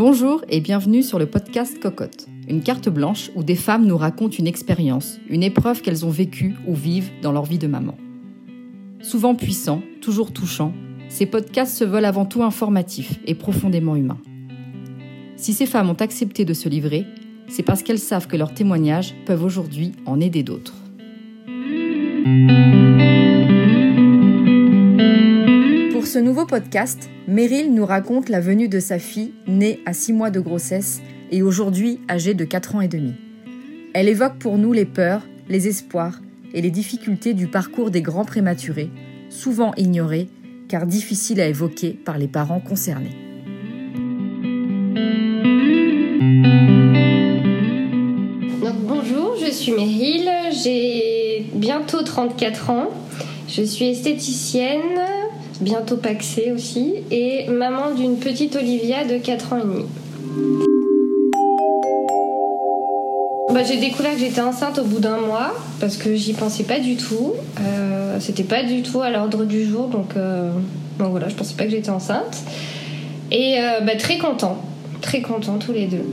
Bonjour et bienvenue sur le podcast Cocotte, une carte blanche où des femmes nous racontent une expérience, une épreuve qu'elles ont vécue ou vivent dans leur vie de maman. Souvent puissants, toujours touchants, ces podcasts se veulent avant tout informatifs et profondément humains. Si ces femmes ont accepté de se livrer, c'est parce qu'elles savent que leurs témoignages peuvent aujourd'hui en aider d'autres. Pour ce nouveau podcast, Meryl nous raconte la venue de sa fille, née à 6 mois de grossesse et aujourd'hui âgée de 4 ans et demi. Elle évoque pour nous les peurs, les espoirs et les difficultés du parcours des grands prématurés, souvent ignorés car difficiles à évoquer par les parents concernés. Donc, bonjour, je suis Meryl, j'ai bientôt 34 ans, je suis esthéticienne, bientôt paxée aussi, et maman d'une petite Olivia de 4 ans et demi. J'ai découvert que j'étais enceinte au bout d'un mois, parce que j'y pensais pas du tout, c'était pas du tout à l'ordre du jour, donc voilà, je pensais pas que j'étais enceinte. Et très contents tous les deux.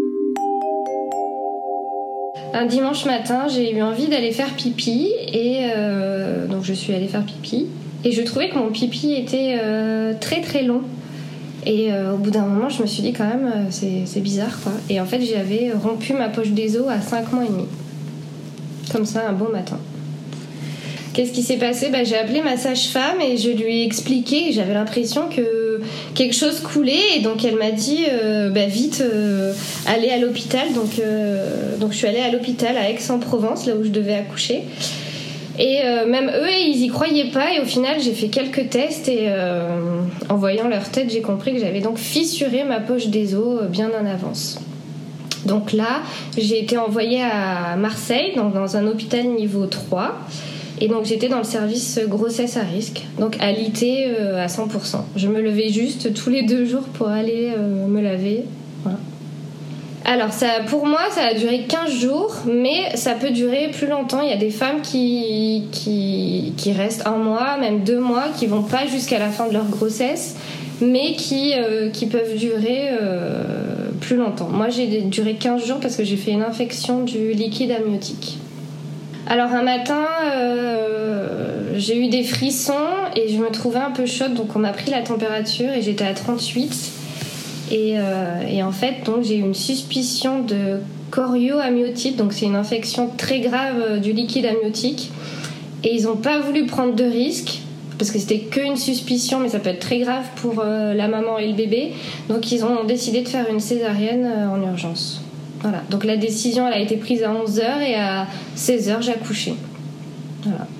Un dimanche matin, j'ai eu envie d'aller faire pipi, et donc je suis allée faire pipi. Et je trouvais que mon pipi était très très long. Et au bout d'un moment, je me suis dit quand même, c'est bizarre quoi. Et en fait, j'avais rompu ma poche des os à 5 mois et demi. Comme ça, un beau matin. Qu'est-ce qui s'est passé ? J'ai appelé ma sage-femme et je lui ai expliqué. J'avais l'impression que quelque chose coulait. Et donc, elle m'a dit, vite, allez à l'hôpital. Donc, je suis allée à l'hôpital à Aix-en-Provence, là où je devais accoucher. Et même eux, ils y croyaient pas. Et au final, j'ai fait quelques tests. Et en voyant leur tête, j'ai compris que j'avais donc fissuré ma poche des os bien en avance. Donc là, j'ai été envoyée à Marseille, donc dans un hôpital niveau 3. Et donc j'étais dans le service grossesse à risque, donc alité à 100%. Je me levais juste tous les 2 jours pour aller me laver. Voilà. Alors pour moi ça a duré 15 jours, mais ça peut durer plus longtemps. Il y a des femmes qui restent 1 mois, même 2 mois, qui vont pas jusqu'à la fin de leur grossesse, mais qui peuvent durer plus longtemps. Moi j'ai duré 15 jours parce que j'ai fait une infection du liquide amniotique. Alors un matin, j'ai eu des frissons et je me trouvais un peu chaude, donc on m'a pris la température et j'étais à 38. Et en fait, donc, j'ai eu une suspicion de chorioamniotite, donc c'est une infection très grave du liquide amniotique. Et ils n'ont pas voulu prendre de risques, parce que c'était qu'une suspicion, mais ça peut être très grave pour la maman et le bébé. Donc ils ont décidé de faire une césarienne en urgence. Voilà. Donc la décision elle a été prise à 11h et à 16h j'ai accouché. Voilà.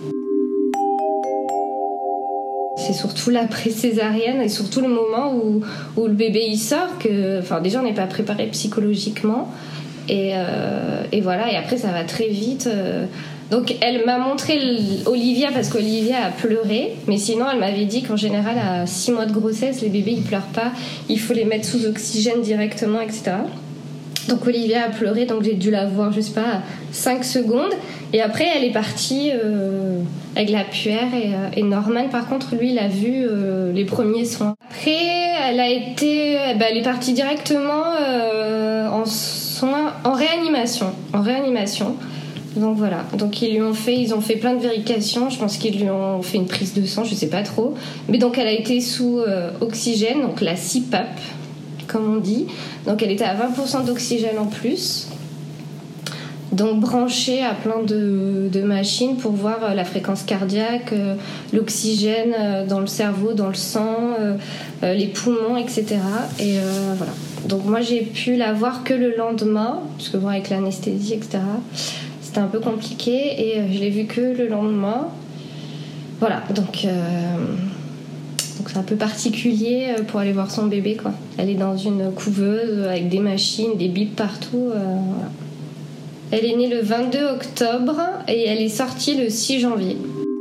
C'est surtout l'après-césarienne et surtout le moment où le bébé il sort que, déjà on n'est pas préparé psychologiquement et voilà, et après ça va très vite. Donc elle m'a montré Olivia parce qu'Olivia a pleuré, mais sinon elle m'avait dit qu'en général à 6 mois de grossesse les bébés ils pleurent pas, il faut les mettre sous oxygène directement, etc. Donc Olivia a pleuré, donc j'ai dû la voir, je sais pas, 5 secondes. Et après, elle est partie avec la puère. Et Norman, par contre, lui, il a vu les premiers soins. Après, elle est partie directement en réanimation. Donc voilà. Donc ils ont fait plein de vérifications. Je pense qu'ils lui ont fait une prise de sang, je sais pas trop. Mais donc elle a été sous oxygène, donc la CPAP, comme on dit. Donc elle était à 20% d'oxygène en plus, donc branchée à plein de machines pour voir la fréquence cardiaque, l'oxygène dans le cerveau, dans le sang, les poumons, etc. Et voilà. Donc moi j'ai pu la voir que le lendemain, parce que bon, avec l'anesthésie, etc. c'était un peu compliqué, et je l'ai vue que le lendemain. Voilà, donc c'est un peu particulier pour aller voir son bébé, quoi. Elle est dans une couveuse avec des machines, des bips partout. Voilà. Elle est née le 22 octobre et elle est sortie le 6 janvier.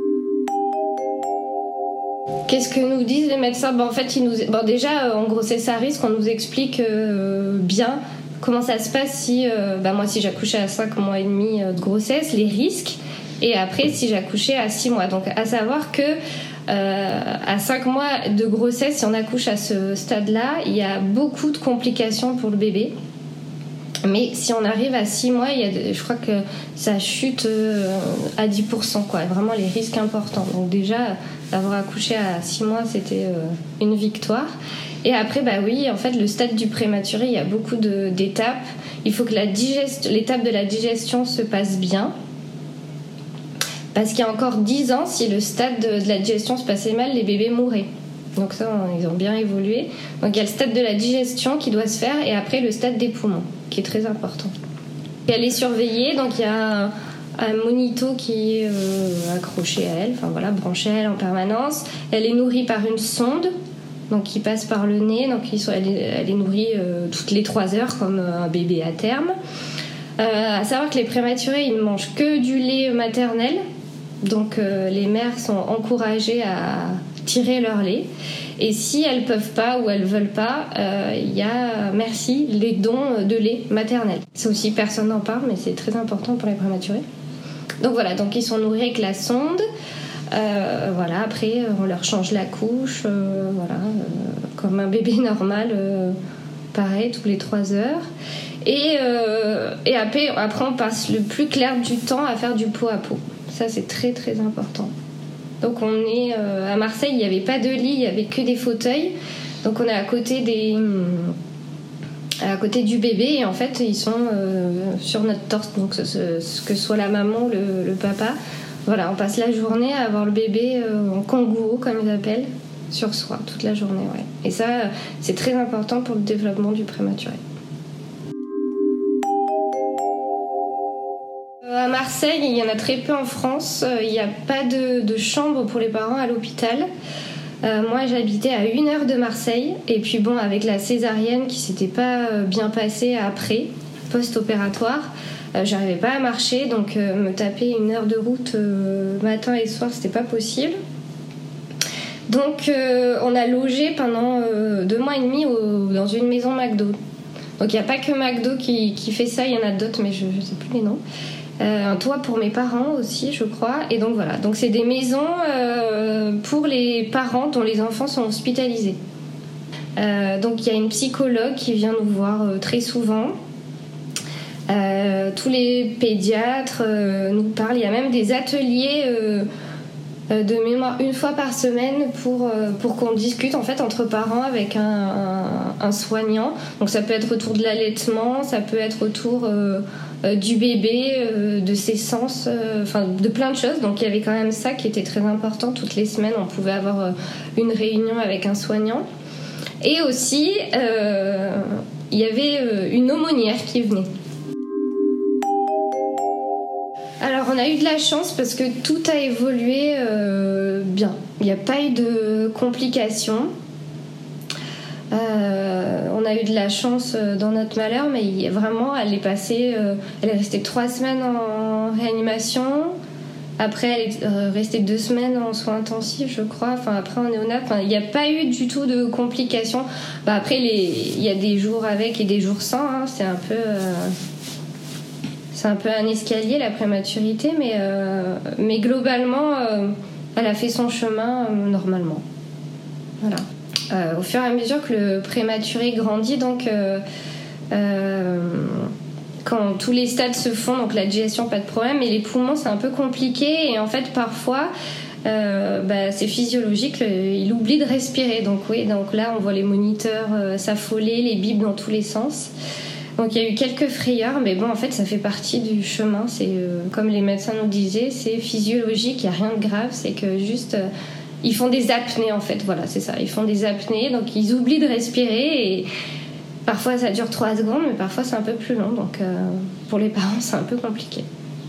Qu'est-ce que nous disent les médecins ? En fait, déjà, en grossesse à risque, on nous explique bien comment ça se passe si j'accouchais à 5 mois et demi de grossesse, les risques, et après si j'accouchais à 6 mois. Donc à savoir que À 5 mois de grossesse, si on accouche à ce stade-là, il y a beaucoup de complications pour le bébé. Mais si on arrive à 6 mois, je crois que ça chute à 10%, quoi. Vraiment les risques importants. Donc déjà, d'avoir accouché à 6 mois, c'était une victoire. Et après, en fait, le stade du prématuré, il y a beaucoup d'étapes. Il faut que l'étape de la digestion se passe bien. Parce qu'il y a encore 10 ans, si le stade de la digestion se passait mal, les bébés mouraient. Donc ça, ils ont bien évolué. Donc il y a le stade de la digestion qui doit se faire et après le stade des poumons, qui est très important. Et elle est surveillée, donc il y a un monito qui est accroché à elle, branché à elle en permanence. Elle est nourrie par une sonde, donc qui passe par le nez. Donc elle est nourrie toutes les 3 heures comme un bébé à terme. À savoir que les prématurés, ils ne mangent que du lait maternel. Donc les mères sont encouragées à tirer leur lait. Et si elles peuvent pas ou elles veulent pas, il y a les dons de lait maternel. Ça aussi, personne n'en parle, mais c'est très important pour les prématurés. Donc voilà, donc ils sont nourris avec la sonde. Après on leur change la couche, comme un bébé normal, pareil, tous les 3 heures. Et après on passe le plus clair du temps à faire du pot à pot. Ça, c'est très très important. Donc on est à Marseille, il n'y avait pas de lit, il n'y avait que des fauteuils. Donc on est à côté du bébé et en fait ils sont sur notre torse, donc que soit la maman, le papa. Voilà, on passe la journée à avoir le bébé en kangourou, comme ils appellent, sur soi toute la journée. Ouais. Et ça, c'est très important pour le développement du prématuré. À Marseille, il y en a très peu en France. Il n'y a pas de chambre pour les parents à l'hôpital. Moi, j'habitais à 1 heure de Marseille. Et puis avec la césarienne qui s'était pas bien passée après, post-opératoire, j'arrivais pas à marcher. Donc me taper 1 heure de route matin et soir, c'était pas possible. Donc on a logé pendant 2 mois et demi dans une maison McDo. Donc il n'y a pas que McDo qui fait ça, il y en a d'autres, mais je ne sais plus les noms. Un toit pour mes parents aussi, je crois. Et donc voilà, donc c'est des maisons pour les parents dont les enfants sont hospitalisés. Donc il y a une psychologue qui vient nous voir très souvent. Tous les pédiatres nous parlent. Il y a même des ateliers de mémoire 1 fois par semaine pour qu'on discute en fait entre parents avec un soignant. Donc ça peut être autour de l'allaitement, ça peut être autour du bébé, de ses sens, de plein de choses. Donc il y avait quand même ça qui était très important. Toutes les semaines on pouvait avoir une réunion avec un soignant. Et aussi il y avait une aumônière qui venait. Alors on a eu de la chance parce que tout a évolué bien. Il n'y a pas eu de complications. On a eu de la chance dans notre malheur, mais elle est restée 3 semaines en réanimation. Après elle est restée 2 semaines en soins intensifs, je crois. Après en néonat, il n'y a pas eu du tout de complications. Après il y a des jours avec et des jours sans, hein. C'est un peu un escalier la prématurité, mais globalement elle a fait son chemin normalement. Voilà. Au fur et à mesure que le prématuré grandit, donc quand tous les stades se font, donc la digestion pas de problème, mais les poumons c'est un peu compliqué et en fait parfois c'est physiologique, il oublie de respirer. Donc là on voit les moniteurs s'affoler, les bips dans tous les sens. Donc il y a eu quelques frayeurs, mais en fait ça fait partie du chemin. C'est comme les médecins nous disaient, c'est physiologique, il n'y a rien de grave, c'est que juste ils font des apnées en fait. Voilà, c'est ça, ils font des apnées, donc ils oublient de respirer et parfois ça dure 3 secondes, mais parfois c'est un peu plus long. Donc pour les parents c'est un peu compliqué.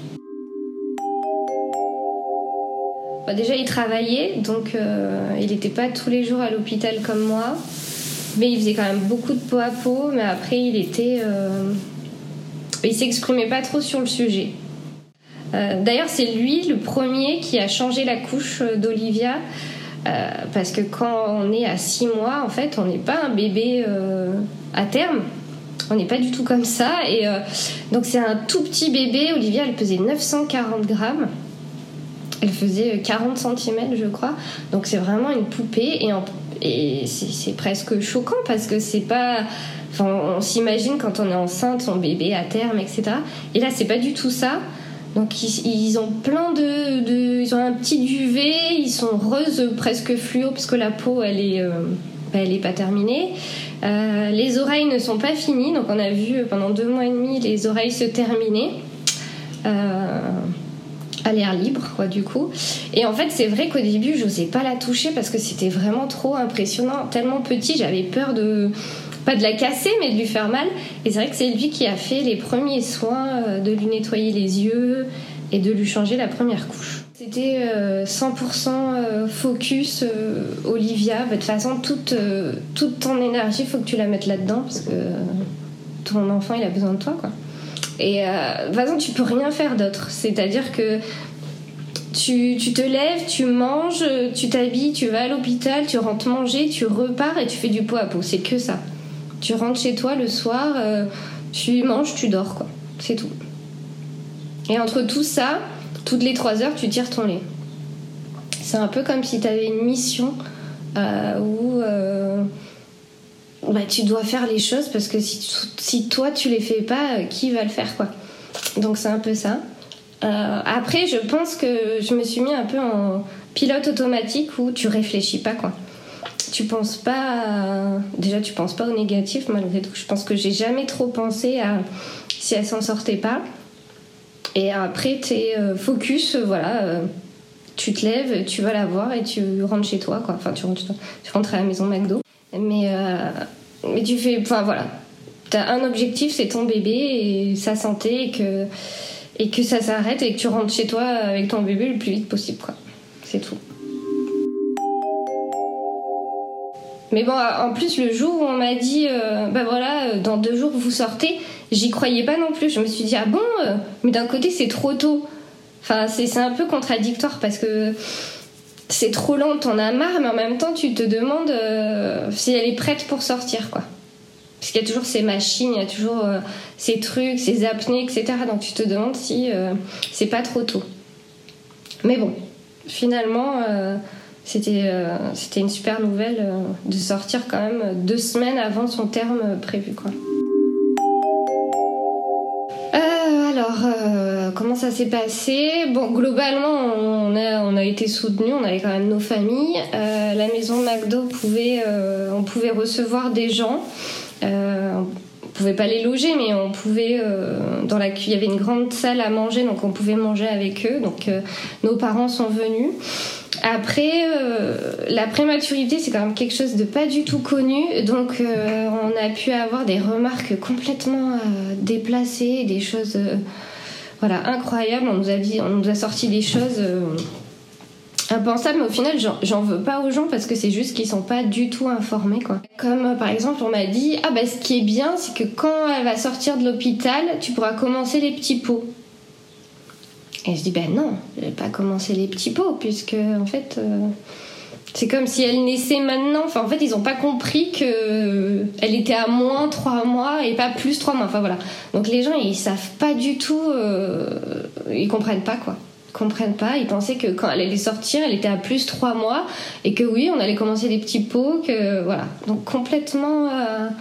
Déjà il travaillait, donc il n'était pas tous les jours à l'hôpital comme moi. Mais il faisait quand même beaucoup de pot à pot, mais après il s'exprimait pas trop sur le sujet. D'ailleurs c'est lui le premier qui a changé la couche d'Olivia, parce que quand on est à 6 mois en fait on n'est pas un bébé à terme, on n'est pas du tout comme ça, et donc c'est un tout petit bébé. Olivia elle pesait 940 grammes. Elle faisait 40 cm, je crois. Donc c'est vraiment une poupée. Et c'est presque choquant parce que c'est pas... Enfin, on s'imagine quand on est enceinte, son bébé à terme, etc. Et là, c'est pas du tout ça. Donc ils ont plein ils ont un petit duvet, ils sont roses presque fluo parce que la peau elle est pas terminée. Les oreilles ne sont pas finies, donc on a vu pendant 2 mois et demi les oreilles se terminer à l'air libre quoi du coup. Et en fait c'est vrai qu'au début j'osais pas la toucher parce que c'était vraiment trop impressionnant, tellement petit, j'avais peur pas de la casser mais de lui faire mal. Et c'est vrai que c'est lui qui a fait les premiers soins de lui nettoyer les yeux et de lui changer la première couche. C'était 100% focus Olivia. De toute façon toute ton énergie faut que tu la mettes là-dedans parce que ton enfant il a besoin de toi quoi. Et de toute façon tu peux rien faire d'autre, c'est-à-dire que tu te lèves, tu manges, tu t'habilles, tu vas à l'hôpital, tu rentres manger, tu repars et tu fais du pot à pot, c'est que ça. Tu rentres chez toi le soir, tu manges, tu dors quoi, c'est tout. Et entre tout ça, toutes les 3 heures tu tires ton lait. C'est un peu comme si tu avais une mission où tu dois faire les choses parce que si toi tu les fais pas, qui va le faire quoi. Donc c'est un peu ça. Après je pense que je me suis mis un peu en pilote automatique où tu réfléchis pas quoi. Tu penses pas déjà tu penses pas au négatif malgré tout. Je pense que j'ai jamais trop pensé à si elle s'en sortait pas. Et après t'es focus tu te lèves, tu vas la voir et tu rentres chez toi quoi. Enfin tu rentres à la maison McDo. Mais tu fais t'as un objectif, c'est ton bébé et sa santé et que ça s'arrête et que tu rentres chez toi avec ton bébé le plus vite possible quoi. C'est tout. Mais bon, en plus le jour où on m'a dit dans 2 jours vous sortez, j'y croyais pas non plus. Je me suis dit mais d'un côté c'est trop tôt. Enfin c'est un peu contradictoire parce que c'est trop lent, t'en as marre, mais en même temps tu te demandes si elle est prête pour sortir quoi. Parce qu'il y a toujours ces machines, il y a toujours ces trucs, ces apnées, etc. Donc tu te demandes si c'est pas trop tôt. Mais bon, finalement c'était une super nouvelle de sortir quand même 2 semaines avant son terme prévu quoi. Comment ça s'est passé ? Bon, globalement, on a été soutenus, on avait quand même nos familles. La maison McDo on pouvait recevoir des gens. On pouvait pas les loger, mais on pouvait il y avait une grande salle à manger, donc on pouvait manger avec eux. Donc nos parents sont venus. Après, la prématurité, c'est quand même quelque chose de pas du tout connu, donc on a pu avoir des remarques complètement déplacées, des choses incroyables. On nous a sorti des choses impensables, mais au final, j'en veux pas aux gens parce que c'est juste qu'ils sont pas du tout informés, quoi. Comme par exemple, on m'a dit ce qui est bien, c'est que quand elle va sortir de l'hôpital, tu pourras commencer les petits pots. Et je dis non, je vais pas commencer les petits pots puisque en fait c'est comme si elle naissait maintenant. Enfin en fait ils ont pas compris que elle était à moins 3 mois et pas plus 3 mois. Enfin voilà. Donc les gens ils savent pas du tout, ils comprennent pas quoi. Ils comprennent pas. Ils pensaient que quand elle allait sortir, elle était à plus 3 mois et que oui on allait commencer les petits pots. Que voilà. Donc complètement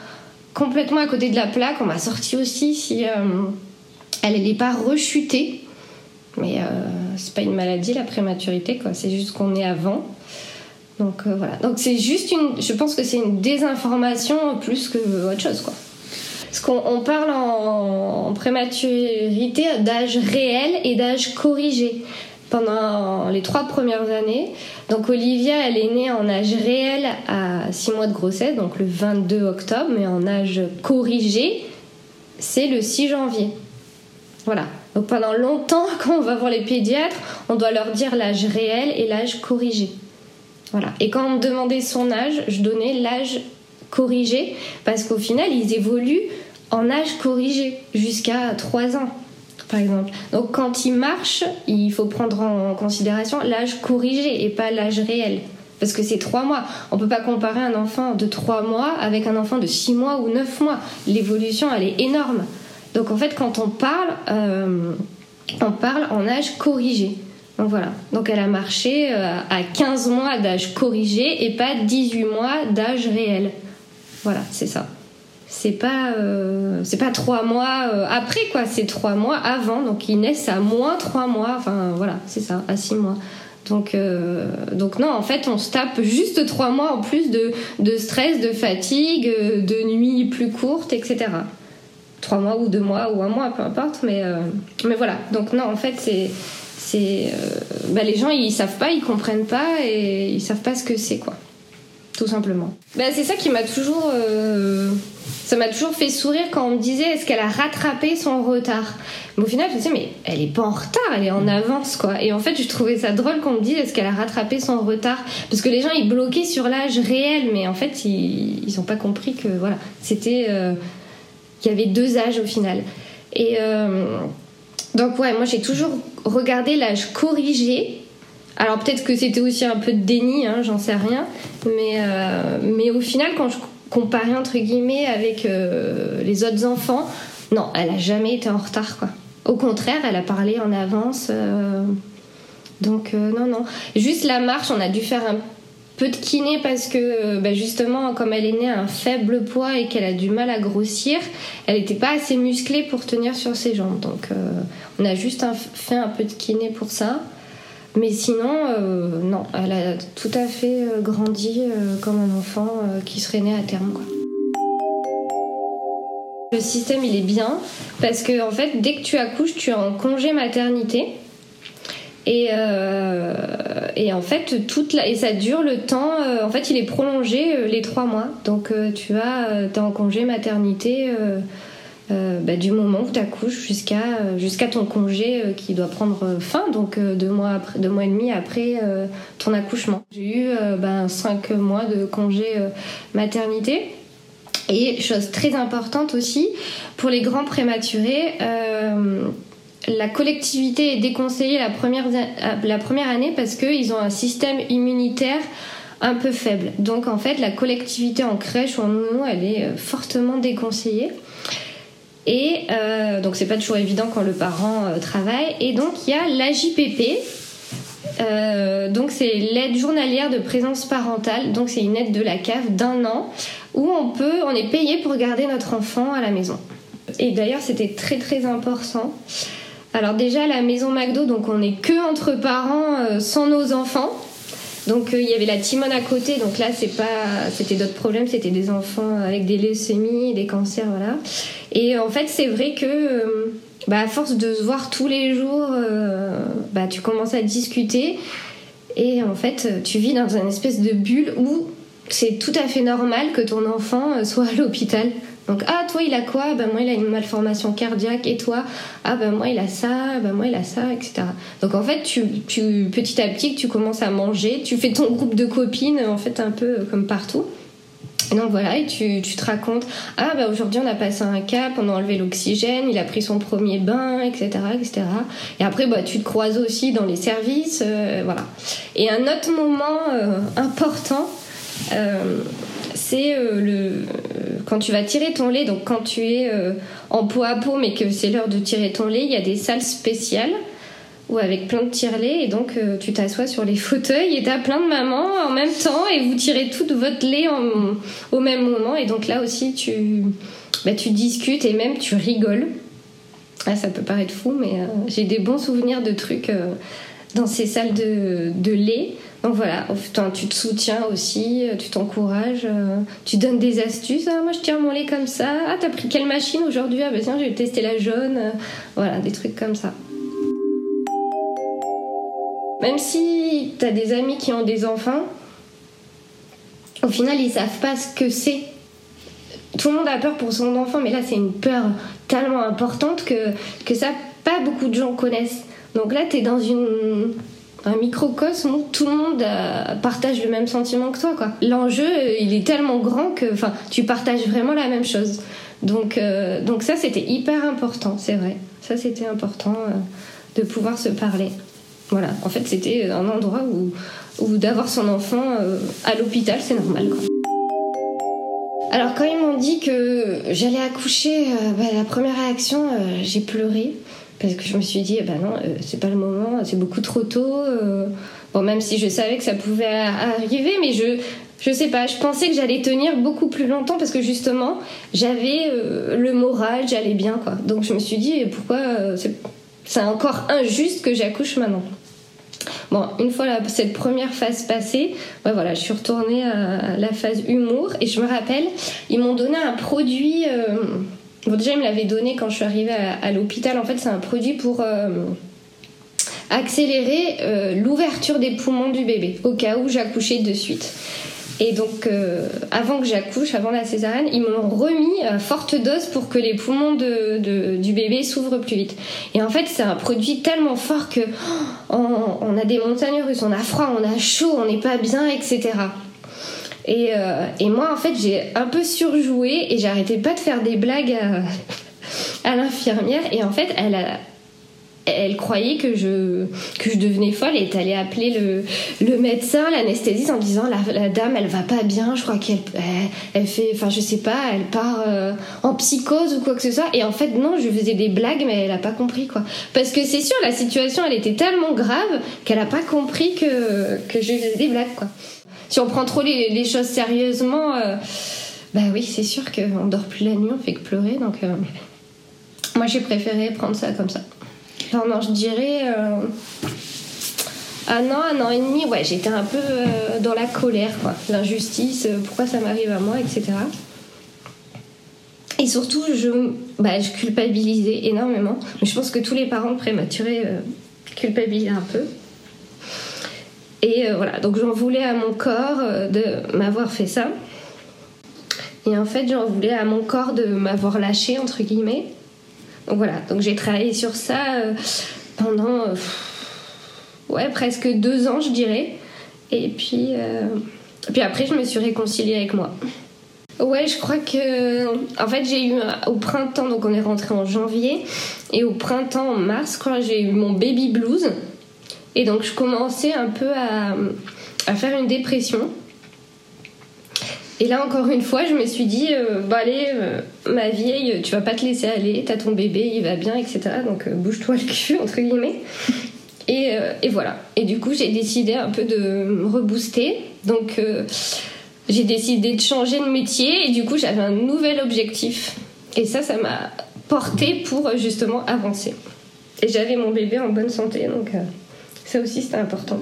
à côté de la plaque. On m'a sorti aussi si elle allait pas rechuter. Mais c'est pas une maladie la prématurité quoi, c'est juste qu'on est avant. Donc voilà. Donc c'est juste je pense que c'est une désinformation plus que autre chose quoi. Parce qu'on parle en prématurité d'âge réel et d'âge corrigé pendant les 3 premières années. Donc Olivia elle est née en âge réel à 6 mois de grossesse, donc le 22 octobre, mais en âge corrigé c'est le 6 janvier. Voilà. Donc pendant longtemps, quand on va voir les pédiatres, on doit leur dire l'âge réel et l'âge corrigé. Voilà. Et quand on me demandait son âge, je donnais l'âge corrigé parce qu'au final, ils évoluent en âge corrigé jusqu'à 3 ans, par exemple. Donc quand ils marchent, il faut prendre en considération l'âge corrigé et pas l'âge réel. Parce que c'est 3 mois. On ne peut pas comparer un enfant de 3 mois avec un enfant de 6 mois ou 9 mois. L'évolution, elle est énorme. Donc en fait, quand on parle en âge corrigé. Donc voilà. Donc elle a marché à 15 mois d'âge corrigé et pas 18 mois d'âge réel. Voilà, c'est ça. C'est pas 3 mois après, quoi. C'est 3 mois avant. Donc ils naissent à moins 3 mois. Enfin voilà, c'est ça, à 6 mois. Donc non, en fait, on se tape juste 3 mois en plus de stress, de fatigue, de nuits plus courtes, etc. 3 mois ou 2 mois ou 1 mois, peu importe. Mais voilà. Donc non, en fait, les gens, ils savent pas, ils comprennent pas et ils savent pas ce que c'est, quoi. Tout simplement. C'est ça qui m'a toujours... ça m'a toujours fait sourire quand on me disait est-ce qu'elle a rattrapé son retard. Mais au final, je me disais mais elle est pas en retard, elle est en avance, quoi. Et en fait, je trouvais ça drôle qu'on me dise est-ce qu'elle a rattrapé son retard, parce que les gens ils bloquaient sur l'âge réel, mais en fait ils ont pas compris que voilà, c'était qu'il y avait 2 âges au final. Et donc ouais, moi j'ai toujours regardé l'âge corrigé. Alors peut-être que c'était aussi un peu de déni, hein, j'en sais rien, mais au final quand je comparais entre guillemets avec les autres enfants, non, elle a jamais été en retard, quoi. Au contraire, elle a parlé en avance, donc non. Juste la marche, on a dû faire un peu de kiné parce que justement comme elle est née à un faible poids et qu'elle a du mal à grossir, elle n'était pas assez musclée pour tenir sur ses jambes, donc on a juste fait un peu de kiné pour ça. Mais sinon, non, elle a tout à fait grandi comme un enfant qui serait né à terme, quoi. Le système, il est bien parce que en fait, dès que tu accouches, tu es en congé maternité. Et en fait, et ça dure le temps. En fait, il est prolongé les 3 mois. Donc, t'es en congé maternité du moment où tu accouches jusqu'à ton congé qui doit prendre fin, donc 2 mois et demi après ton accouchement. J'ai eu 5 mois de congé maternité. Et chose très importante aussi, pour les grands prématurés, la collectivité est déconseillée la première année parce qu'ils ont un système immunitaire un peu faible. Donc en fait, la collectivité en crèche ou en nounou, elle est fortement déconseillée. Et donc c'est pas toujours évident quand le parent travaille. Et donc il y a l'AJPP, donc c'est l'aide journalière de présence parentale. Donc c'est une aide de la CAF d'1 an où on est payé pour garder notre enfant à la maison. Et d'ailleurs c'était très très important. Alors déjà la maison McDo, donc on n'est que entre parents sans nos enfants. Donc il y avait la Timone à côté, donc là c'était d'autres problèmes, c'était des enfants avec des leucémies, des cancers, voilà. Et en fait c'est vrai que à force de se voir tous les jours, tu commences à discuter et en fait tu vis dans une espèce de bulle où c'est tout à fait normal que ton enfant soit à l'hôpital. Donc toi il a quoi ? Moi il a une malformation cardiaque. Et toi ? Moi il a ça, moi il a ça, etc. Donc en fait tu petit à petit tu commences à manger, tu fais ton groupe de copines en fait un peu comme partout. Et donc voilà, et tu te racontes aujourd'hui on a passé un cap, on a enlevé l'oxygène, il a pris son premier bain, etc. Et après tu te croises aussi dans les services, voilà. Et un autre moment important, c'est quand tu vas tirer ton lait. Donc quand tu es en peau à peau mais que c'est l'heure de tirer ton lait, il y a des salles spéciales ou avec plein de tire-lait, et donc tu t'assois sur les fauteuils et t'as plein de mamans en même temps et vous tirez tout votre lait au même moment. Et donc là aussi tu discutes et même tu rigoles. Ça peut paraître fou, mais j'ai des bons souvenirs de trucs dans ces salles de lait. Donc voilà, tu te soutiens aussi, tu t'encourages, tu donnes des astuces. Moi je tire mon lait comme ça. T'as pris quelle machine aujourd'hui ? Tiens, je vais tester la jaune. Voilà, des trucs comme ça. Même si t'as des amis qui ont des enfants, au final ils savent pas ce que c'est. Tout le monde a peur pour son enfant, mais là c'est une peur tellement importante que ça, pas beaucoup de gens connaissent. Donc là t'es dans un microcosme où tout le monde partage le même sentiment que toi, quoi. L'enjeu il est tellement grand que tu partages vraiment la même chose. Donc ça c'était hyper important, c'est vrai. Ça c'était important de pouvoir se parler. Voilà, en fait c'était un endroit où d'avoir son enfant à l'hôpital c'est normal, quoi. Alors quand ils m'ont dit que j'allais accoucher, la première réaction j'ai pleuré parce que je me suis dit non, c'est pas le moment, c'est beaucoup trop tôt. Bon, même si je savais que ça pouvait arriver, mais je sais pas, je pensais que j'allais tenir beaucoup plus longtemps parce que justement j'avais le moral, j'allais bien quoi. Donc je me suis dit pourquoi c'est encore injuste que j'accouche maintenant. Bon, une fois cette première phase passée, voilà, je suis retournée à la phase humour et je me rappelle, ils m'ont donné un produit. Bon, déjà ils me l'avaient donné quand je suis arrivée à l'hôpital. En fait, c'est un produit pour accélérer l'ouverture des poumons du bébé au cas où j'accouchais de suite. Et donc avant que j'accouche, avant la césarienne, ils m'ont remis à forte dose pour que les poumons du bébé s'ouvrent plus vite. Et en fait c'est un produit tellement fort que on a des montagnes russes, on a froid, on a chaud, on n'est pas bien, etc. Et moi en fait j'ai un peu surjoué et j'arrêtais pas de faire des blagues à l'infirmière. Et en fait elle croyait que je devenais folle et est allée appeler le médecin, l'anesthésiste, en disant la dame elle va pas bien, je crois qu'elle fait, enfin je sais pas, elle part en psychose ou quoi que ce soit. Et en fait non, je faisais des blagues mais elle a pas compris quoi, parce que c'est sûr la situation elle était tellement grave qu'elle a pas compris que je faisais des blagues quoi. Si on prend trop les choses sérieusement, oui c'est sûr qu'on dort plus la nuit, on fait que pleurer. Donc moi j'ai préféré prendre ça comme ça. Enfin, non, je dirais un an et demi, ouais, j'étais un peu dans la colère, quoi. L'injustice, pourquoi ça m'arrive à moi, etc. Et surtout, je culpabilisais énormément. Mais je pense que tous les parents prématurés culpabilisaient un peu. Et voilà, donc j'en voulais à mon corps de m'avoir fait ça. Et en fait, j'en voulais à mon corps de m'avoir lâché, entre guillemets. Donc voilà, donc j'ai travaillé sur ça pendant presque 2 ans, je dirais. Et puis après, je me suis réconciliée avec moi. Ouais, je crois que... En fait, j'ai eu au printemps, donc on est rentré en janvier, et au printemps, en mars, je crois, j'ai eu mon baby blues. Et donc, je commençais un peu à faire une dépression. Et là, encore une fois, je me suis dit, allez, ma vieille, tu vas pas te laisser aller, t'as ton bébé, il va bien, etc. Donc, bouge-toi le cul, entre guillemets. Et voilà. Et du coup, j'ai décidé un peu de me rebooster. Donc, j'ai décidé de changer de métier. Et du coup, j'avais un nouvel objectif. Et ça m'a porté pour, justement, avancer. Et j'avais mon bébé en bonne santé. Donc, ça aussi, c'était important.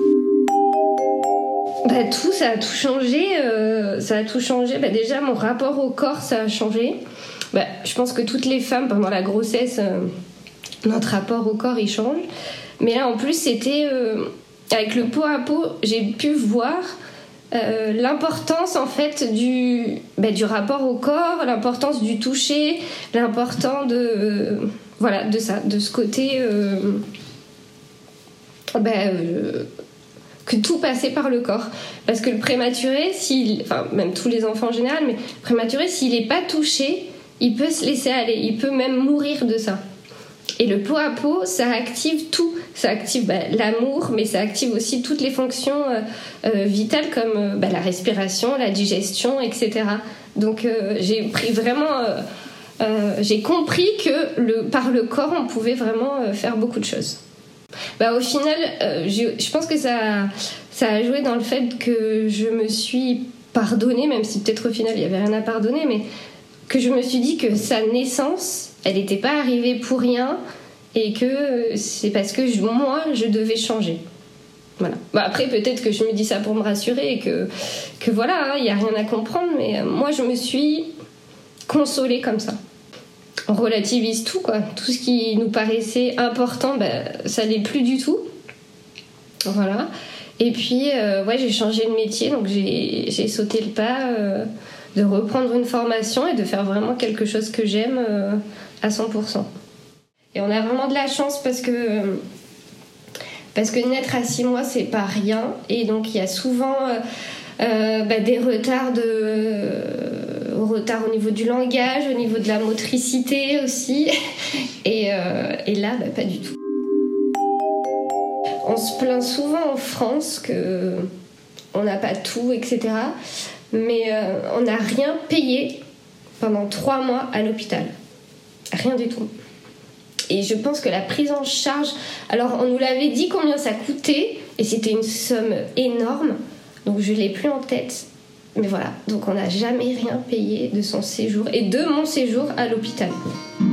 Ça a tout changé. Déjà, mon rapport au corps, ça a changé. Je pense que toutes les femmes, pendant la grossesse, notre rapport au corps, il change. Mais là, en plus, c'était... avec le pot à pot, j'ai pu voir l'importance, en fait, du rapport au corps, l'importance du toucher, l'importance de ça, de ce côté... que tout passait par le corps. Parce que le prématuré, même tous les enfants en général, mais le prématuré, s'il n'est pas touché, il peut se laisser aller, il peut même mourir de ça. Et le pot à pot, ça active tout. Ça active l'amour, mais ça active aussi toutes les fonctions vitales comme la respiration, la digestion, etc. Donc j'ai pris vraiment... j'ai compris que par le corps, on pouvait vraiment faire beaucoup de choses. Au final, je pense que ça a joué dans le fait que je me suis pardonnée, même si peut-être au final il n'y avait rien à pardonner, mais que je me suis dit que sa naissance, elle n'était pas arrivée pour rien et que c'est parce que moi, je devais changer. Voilà. Après, peut-être que je me dis ça pour me rassurer et que voilà, il n'y a rien à comprendre, mais moi, je me suis consolée comme ça. On relativise tout, quoi. Tout ce qui nous paraissait important, ça l'est plus du tout. Voilà. Et puis, j'ai changé de métier, donc j'ai sauté le pas de reprendre une formation et de faire vraiment quelque chose que j'aime à 100%. Et on a vraiment de la chance parce que naître à 6 mois, c'est pas rien. Et donc, il y a souvent des retards retard au niveau du langage, au niveau de la motricité aussi. Et là, pas du tout. On se plaint souvent en France qu'on n'a pas tout, etc. Mais on n'a rien payé pendant 3 mois à l'hôpital. Rien du tout. Et je pense que la prise en charge... Alors, on nous l'avait dit combien ça coûtait, et c'était une somme énorme, donc je ne l'ai plus en tête. Mais voilà, donc on n'a jamais rien payé de son séjour et de mon séjour à l'hôpital.